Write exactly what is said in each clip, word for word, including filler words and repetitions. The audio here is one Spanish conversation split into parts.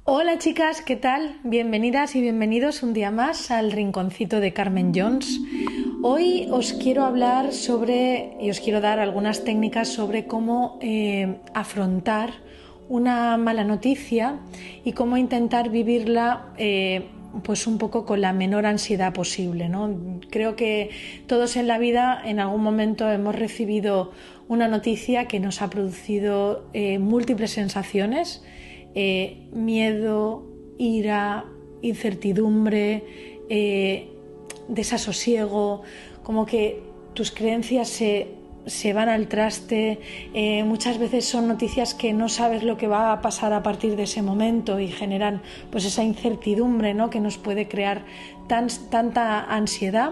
Hola chicas, ¿qué tal? Bienvenidas y bienvenidos un día más al Rinconcito de Carmen Jones. Hoy os quiero hablar sobre, y os quiero dar algunas técnicas sobre cómo eh, afrontar una mala noticia y cómo intentar vivirla eh, pues un poco con la menor ansiedad posible, ¿no? Creo que todos en la vida en algún momento hemos recibido una noticia que nos ha producido eh, múltiples sensaciones. Eh, miedo, ira, incertidumbre, eh, desasosiego, como que tus creencias se, se van al traste. Eh, muchas veces son noticias que no sabes lo que va a pasar a partir de ese momento y generan pues esa incertidumbre, ¿no?, que nos puede crear tan, tanta ansiedad.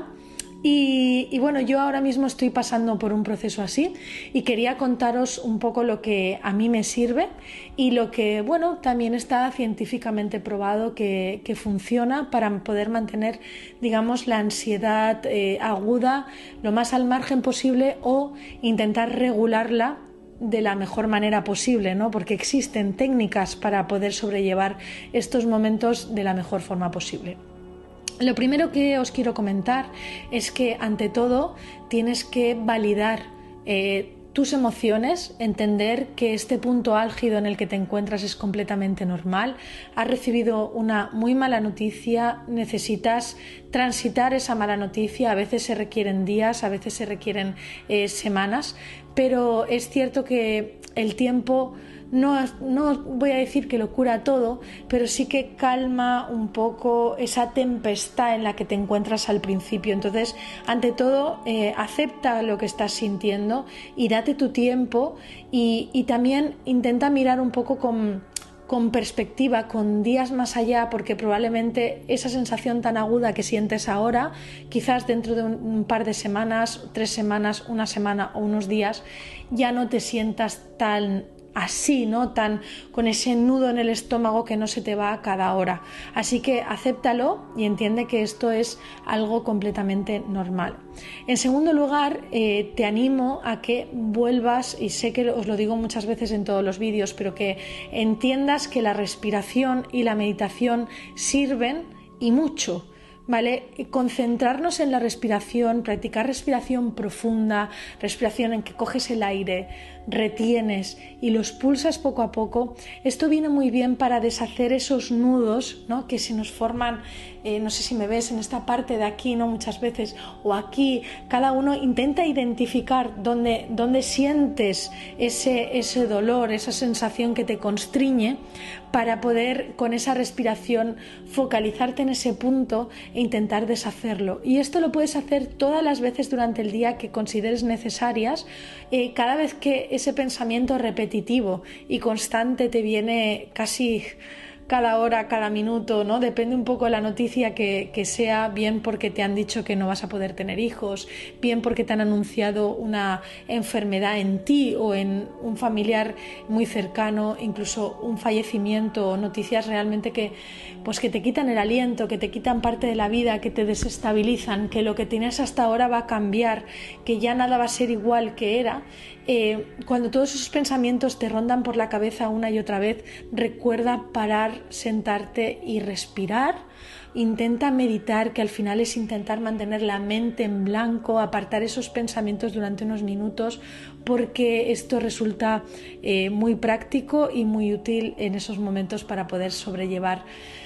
Y, y bueno, yo ahora mismo estoy pasando por un proceso así y quería contaros un poco lo que a mí me sirve y lo que, bueno, también está científicamente probado que, que funciona para poder mantener, digamos, la ansiedad eh, aguda lo más al margen posible o intentar regularla de la mejor manera posible, ¿no? Porque existen técnicas para poder sobrellevar estos momentos de la mejor forma posible. Lo primero que os quiero comentar es que ante todo tienes que validar eh, tus emociones, entender que este punto álgido en el que te encuentras es completamente normal. Has recibido una muy mala noticia, necesitas transitar esa mala noticia, a veces se requieren días, a veces se requieren eh, semanas, pero es cierto que el tiempo No, no voy a decir que lo cura todo, pero sí que calma un poco esa tempestad en la que te encuentras al principio. Entonces, ante todo, eh, acepta lo que estás sintiendo y date tu tiempo y, y también intenta mirar un poco con, con perspectiva, con días más allá, porque probablemente esa sensación tan aguda que sientes ahora, quizás dentro de un, un par de semanas, tres semanas, una semana o unos días, ya no te sientas tan así, ¿no?, tan con ese nudo en el estómago que no se te va a cada hora. Así que acéptalo y entiende que esto es algo completamente normal. En segundo lugar, eh, te animo a que vuelvas, y sé que os lo digo muchas veces en todos los vídeos, pero que entiendas que la respiración y la meditación sirven y mucho, ¿vale? Concentrarnos en la respiración, practicar respiración profunda, respiración en que coges el aire, retienes y los pulsas poco a poco. Esto viene muy bien para deshacer esos nudos, ¿no?, que se nos forman, eh, no sé si me ves en esta parte de aquí, ¿no?, muchas veces, o aquí. Cada uno intenta identificar dónde, dónde sientes ese, ese dolor, esa sensación que te constriñe, para poder con esa respiración focalizarte en ese punto e intentar deshacerlo. Y esto lo puedes hacer todas las veces durante el día que consideres necesarias. Eh, cada vez que ese pensamiento repetitivo y constante te viene casi cada hora, cada minuto, ¿no?, depende un poco de la noticia que, que sea, bien porque te han dicho que no vas a poder tener hijos, bien porque te han anunciado una enfermedad en ti o en un familiar muy cercano, incluso un fallecimiento o noticias realmente que, pues que te quitan el aliento, que te quitan parte de la vida, que te desestabilizan, que lo que tenías hasta ahora va a cambiar, que ya nada va a ser igual que era. Eh, cuando todos esos pensamientos te rondan por la cabeza una y otra vez, recuerda parar, sentarte y respirar. Intenta meditar, que al final es intentar mantener la mente en blanco, apartar esos pensamientos durante unos minutos, porque esto resulta eh, muy práctico y muy útil en esos momentos para poder sobrellevar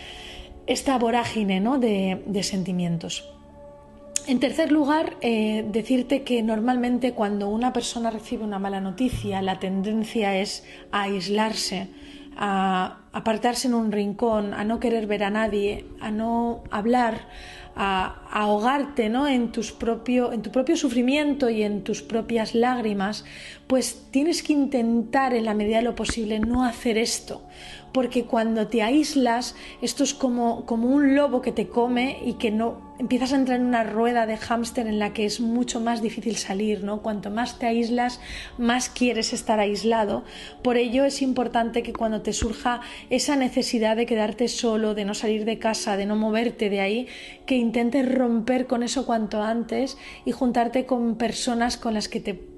esta vorágine, ¿no?, de, de sentimientos. En tercer lugar, eh, decirte que normalmente cuando una persona recibe una mala noticia, la tendencia es a aislarse, a apartarse en un rincón, a no querer ver a nadie, a no hablar, a, a ahogarte, ¿no?, en, tus propio, en tu propio sufrimiento y en tus propias lágrimas. Pues tienes que intentar en la medida de lo posible no hacer esto, porque cuando te aíslas, esto es como, como un lobo que te come y que no empiezas a entrar en una rueda de hámster en la que es mucho más difícil salir, ¿no? Cuanto más te aíslas, más quieres estar aislado. Por ello es importante que cuando te surja esa necesidad de quedarte solo, de no salir de casa, de no moverte de ahí, que intentes romper con eso cuanto antes y juntarte con personas con las que te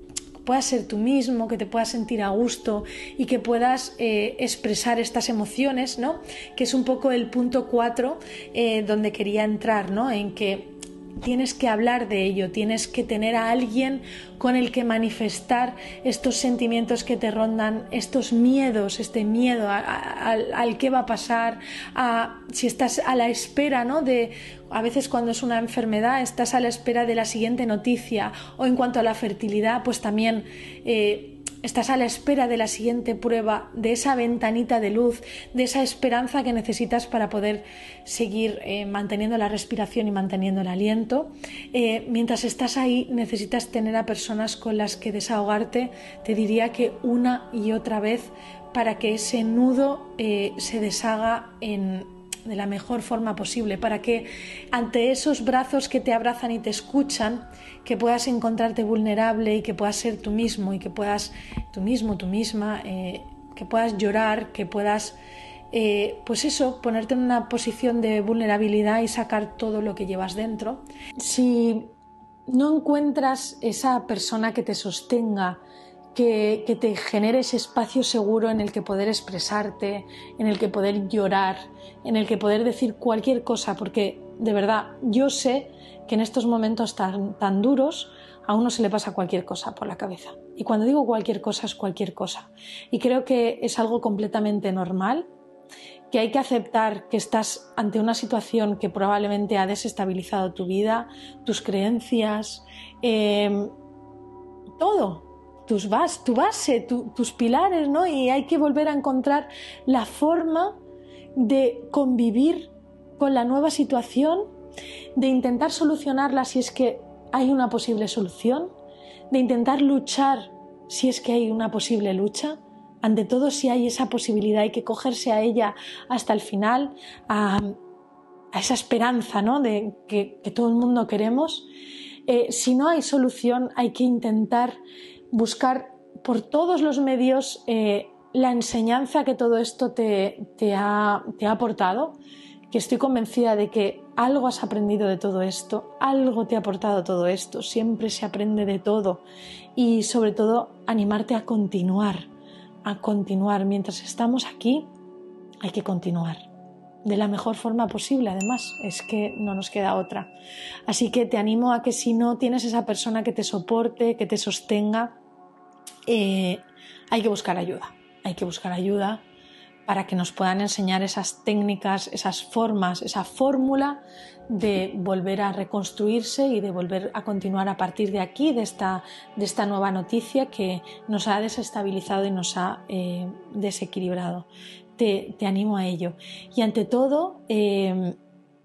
puedas ser tú mismo, que te puedas sentir a gusto y que puedas eh, expresar estas emociones, ¿no? Que es un poco el punto cuatro eh, donde quería entrar, ¿no? En que tienes que hablar de ello, tienes que tener a alguien con el que manifestar estos sentimientos que te rondan, estos miedos, este miedo a, a, al, al qué va a pasar, a, si estás a la espera, ¿no? de, a veces cuando es una enfermedad estás a la espera de la siguiente noticia, o en cuanto a la fertilidad, pues también eh, estás a la espera de la siguiente prueba, de esa ventanita de luz, de esa esperanza que necesitas para poder seguir eh, manteniendo la respiración y manteniendo el aliento. Eh, mientras estás ahí necesitas tener a personas con las que desahogarte, te diría que una y otra vez, para que ese nudo eh, se deshaga en de la mejor forma posible, para que ante esos brazos que te abrazan y te escuchan, que puedas encontrarte vulnerable y que puedas ser tú mismo y que puedas tú mismo, tú misma, eh, que puedas llorar, que puedas eh, pues eso, ponerte en una posición de vulnerabilidad y sacar todo lo que llevas dentro. Si no encuentras esa persona que te sostenga, Que, que te genere ese espacio seguro en el que poder expresarte, en el que poder llorar, en el que poder decir cualquier cosa, porque de verdad yo sé que en estos momentos tan, tan duros a uno se le pasa cualquier cosa por la cabeza, y cuando digo cualquier cosa es cualquier cosa, y creo que es algo completamente normal, que hay que aceptar que estás ante una situación que probablemente ha desestabilizado tu vida, tus creencias, eh, todo. Tus bas, tu base, tu, tus pilares, ¿no? Y hay que volver a encontrar la forma de convivir con la nueva situación, de intentar solucionarla si es que hay una posible solución, de intentar luchar si es que hay una posible lucha. Ante todo, si hay esa posibilidad, hay que cogerse a ella hasta el final, a, a esa esperanza, ¿no? De que, que todo el mundo queremos. Eh, si no hay solución, hay que intentar buscar por todos los medios eh, la enseñanza que todo esto te, te, ha, te ha aportado, que estoy convencida de que algo has aprendido de todo esto, algo te ha aportado todo esto, siempre se aprende de todo, y sobre todo animarte a continuar, a continuar. Mientras estamos aquí hay que continuar de la mejor forma posible, además, es que no nos queda otra. Así que te animo a que si no tienes esa persona que te soporte, que te sostenga, Eh, hay que buscar ayuda, hay que buscar ayuda para que nos puedan enseñar esas técnicas, esas formas, esa fórmula de volver a reconstruirse y de volver a continuar a partir de aquí, de esta, de esta nueva noticia que nos ha desestabilizado y nos ha eh, desequilibrado. Te, te animo a ello. Y ante todo, eh,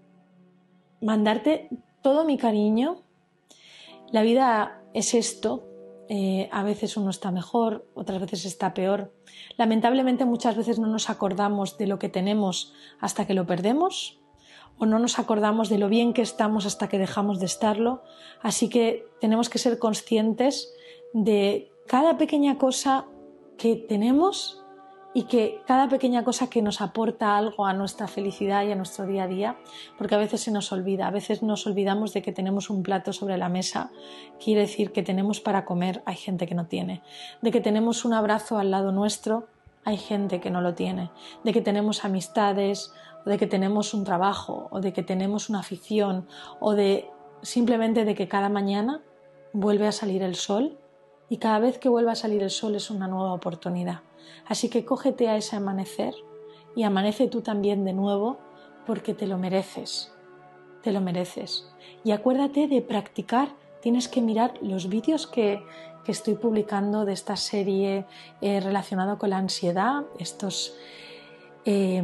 mandarte todo mi cariño. La vida es esto. Eh, a veces uno está mejor, otras veces está peor. Lamentablemente muchas veces no nos acordamos de lo que tenemos hasta que lo perdemos, o no nos acordamos de lo bien que estamos hasta que dejamos de estarlo. Así que tenemos que ser conscientes de cada pequeña cosa que tenemos y que cada pequeña cosa que nos aporta algo a nuestra felicidad y a nuestro día a día, porque a veces se nos olvida, a veces nos olvidamos de que tenemos un plato sobre la mesa, quiere decir que tenemos para comer, hay gente que no tiene, de que tenemos un abrazo al lado nuestro, hay gente que no lo tiene, de que tenemos amistades, o de que tenemos un trabajo, o de que tenemos una afición, o de simplemente de que cada mañana vuelve a salir el sol, y cada vez que vuelva a salir el sol es una nueva oportunidad. Así que cógete a ese amanecer y amanece tú también de nuevo, porque te lo mereces, te lo mereces. Y acuérdate de practicar, tienes que mirar los vídeos que, que estoy publicando de esta serie eh, relacionada con la ansiedad, estos, eh,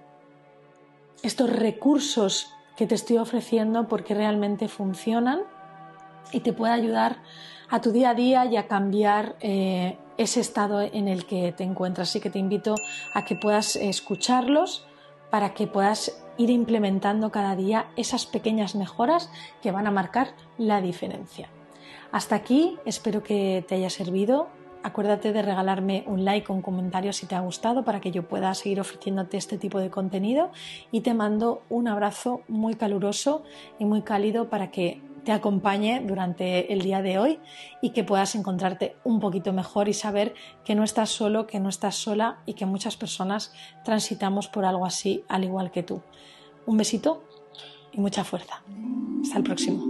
estos recursos que te estoy ofreciendo porque realmente funcionan y te puede ayudar a tu día a día y a cambiar eh, ese estado en el que te encuentras. Así que te invito a que puedas escucharlos para que puedas ir implementando cada día esas pequeñas mejoras que van a marcar la diferencia. Hasta aquí, espero que te haya servido. Acuérdate de regalarme un like o un comentario si te ha gustado para que yo pueda seguir ofreciéndote este tipo de contenido, y te mando un abrazo muy caluroso y muy cálido para que te acompañe durante el día de hoy y que puedas encontrarte un poquito mejor y saber que no estás solo, que no estás sola y que muchas personas transitamos por algo así al igual que tú. Un besito y mucha fuerza. Hasta el próximo.